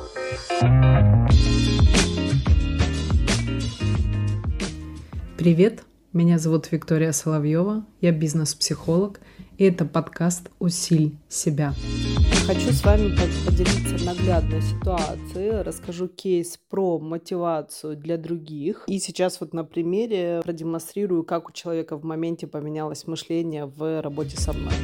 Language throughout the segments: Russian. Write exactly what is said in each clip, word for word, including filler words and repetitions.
Привет, меня зовут Виктория Соловьева, я бизнес-психолог, и это подкаст «Усиль себя». Хочу с вами поделиться наглядной ситуацией, расскажу кейс про мотивацию для других. И сейчас вот на примере продемонстрирую, как у человека в моменте поменялось мышление в работе со мной.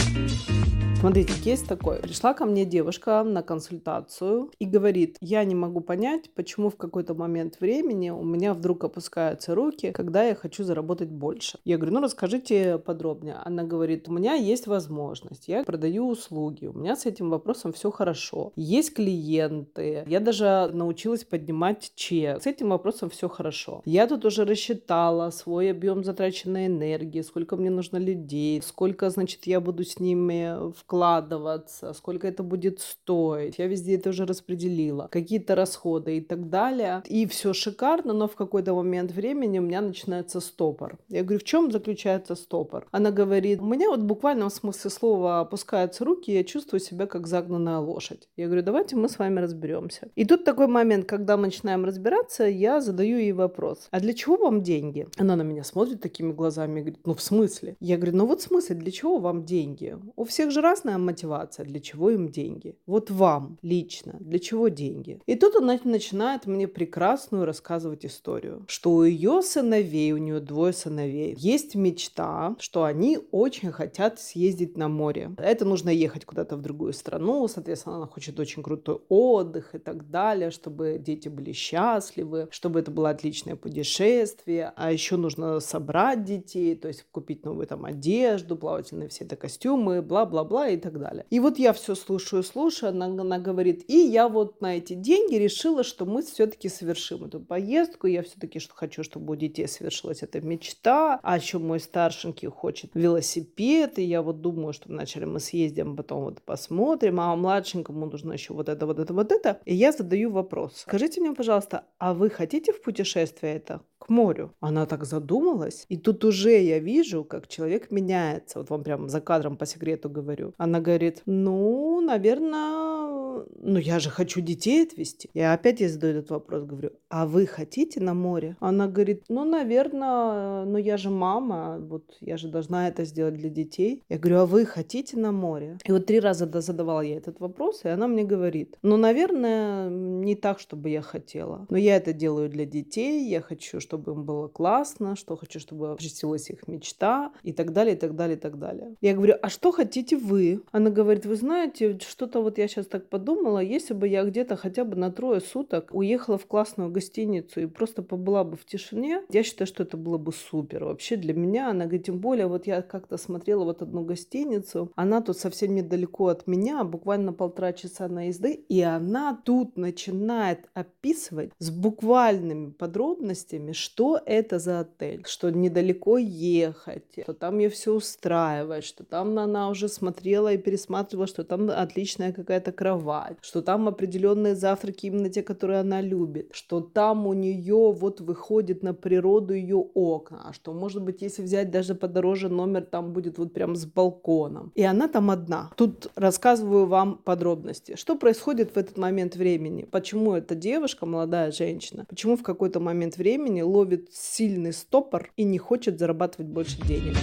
Смотрите, кейс такой. Пришла ко мне девушка на консультацию и говорит: я не могу понять, почему в какой-то момент времени у меня вдруг опускаются руки, когда я хочу заработать больше. Я говорю: ну расскажите подробнее. Она говорит: у меня есть возможность, я продаю услуги, у меня с этим вопросом все хорошо. Есть клиенты, я даже научилась поднимать чек. С этим вопросом все хорошо. Я тут уже рассчитала свой объем затраченной энергии, сколько мне нужно людей, сколько, значит, я буду с ними вкладываться, сколько это будет стоить. Я везде это уже распределила. Какие-то расходы и так далее. И все шикарно, но в какой-то момент времени у меня начинается стопор. Я говорю: в чем заключается стопор? Она говорит: у меня вот буквально в смысле слова опускаются руки, я чувствую себя как загнанная лошадь. Я говорю: давайте мы с вами разберемся. И тут такой момент, когда мы начинаем разбираться, я задаю ей вопрос: а для чего вам деньги? Она на меня смотрит такими глазами и говорит: ну в смысле? Я говорю: ну вот в смысле, для чего вам деньги? У всех же разная мотивация, для чего им деньги. Вот вам лично, для чего деньги? И тут она начинает мне прекрасную рассказывать историю, что у ее сыновей, у нее двое сыновей, есть мечта, что они очень хотят съездить на море. Это нужно ехать куда-то в другую страну, соответственно, она хочет очень крутой отдых и так далее, чтобы дети были счастливы, чтобы это было отличное путешествие, а еще нужно собрать детей, то есть купить новую там одежду, плавательные все это костюмы, бла-бла-бла и так далее. И вот я все слушаю, слушаю, она, она говорит: и я вот на эти деньги решила, что мы все-таки совершим эту поездку, я все-таки что хочу, чтобы у детей совершилась эта мечта, а еще мой старшенький хочет велосипед, и я вот думаю, что вначале мы съездим, потом вот посмотрим, а младшенькому нужно еще вот это, вот это, вот это. И я задаю вопрос: скажите мне, пожалуйста, а вы хотите в путешествие это? К морю. Она так задумалась, и тут уже я вижу, как человек меняется. Вот вам прям за кадром по секрету говорю. Она говорит: ну, наверное, ну я же хочу детей отвезти. Я опять ей задаю этот вопрос, говорю: а вы хотите на море? Она говорит: ну, наверное, но я же мама, вот я же должна это сделать для детей. Я говорю: а вы хотите на море? И вот три раза задавала я этот вопрос, и она мне говорит: ну, наверное, не так, чтобы я хотела. Но я это делаю для детей, я хочу, чтобы чтобы им было классно, что хочу, чтобы осуществилась их мечта и так далее, и так далее, и так далее. Я говорю: а что хотите вы? Она говорит: вы знаете, что-то вот я сейчас так подумала, если бы я где-то хотя бы на трое суток уехала в классную гостиницу и просто побыла бы в тишине, я считаю, что это было бы супер. Вообще для меня, она говорит, тем более, вот я как-то смотрела вот одну гостиницу, она тут совсем недалеко от меня, буквально полтора часа на езды, и она тут начинает описывать с буквальными подробностями, что это за отель, что недалеко ехать, что там ее все устраивает, что там она уже смотрела и пересматривала, что там отличная какая-то кровать, что там определенные завтраки, именно те, которые она любит, что там у нее вот выходит на природу ее окна, а что, может быть, если взять даже подороже номер, там будет вот прям с балконом. И она там одна. Тут рассказываю вам подробности. Что происходит в этот момент времени? Почему эта девушка, молодая женщина, почему в какой-то момент времени ловит сильный стопор и не хочет зарабатывать больше денег?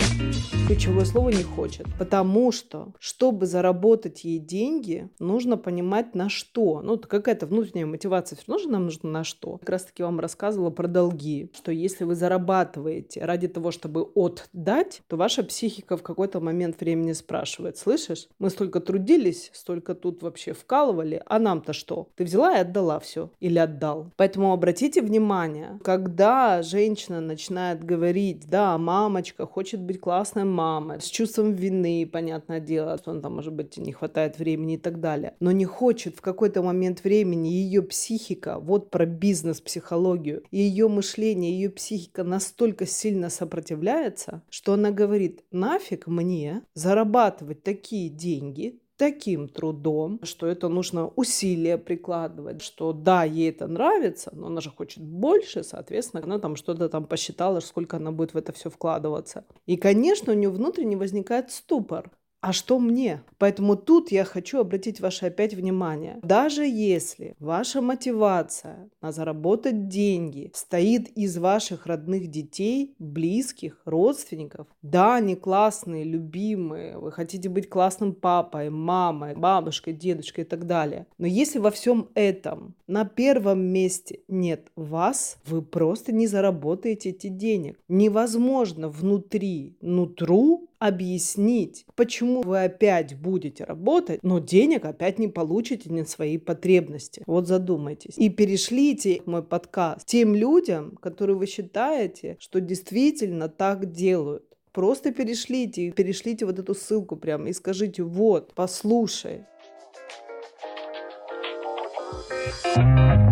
Ключевое слово «не хочет». Потому что, чтобы заработать ей деньги, нужно понимать на что. Ну, какая-то внутренняя мотивация все равно же нам нужна на что. Как раз таки вам рассказывала про долги, что если вы зарабатываете ради того, чтобы отдать, то ваша психика в какой-то момент времени спрашивает: слышишь, мы столько трудились, столько тут вообще вкалывали, а нам-то что? Ты взяла и отдала все или отдал? Поэтому обратите внимание, когда женщина начинает говорить: да, мамочка хочет быть классной мамой, с чувством вины, понятное дело, что он там, может быть, не хватает времени и так далее, но не хочет в какой-то момент времени, ее психика, вот про бизнес-психологию, ее мышление, ее психика настолько сильно сопротивляется, что она говорит: нафиг мне зарабатывать такие деньги, таким трудом, что это нужно усилия прикладывать, что да, ей это нравится, но она же хочет больше, соответственно, она там что-то там посчитала, сколько она будет в это все вкладываться. И, конечно, у нее внутренне возникает ступор. А что мне? Поэтому тут я хочу обратить ваше опять внимание. Даже если ваша мотивация на заработать деньги стоит из ваших родных детей, близких, родственников, да, они классные, любимые, вы хотите быть классным папой, мамой, бабушкой, дедушкой и так далее. Но если во всем этом на первом месте нет вас, вы просто не заработаете эти денег. Невозможно внутри, нутру объяснить, почему вы опять будете работать, но денег опять не получите на свои потребности. Вот задумайтесь. И перешлите мой подкаст тем людям, которые вы считаете, что действительно так делают. Просто перешлите, перешлите вот эту ссылку прямо и скажите: вот, послушай.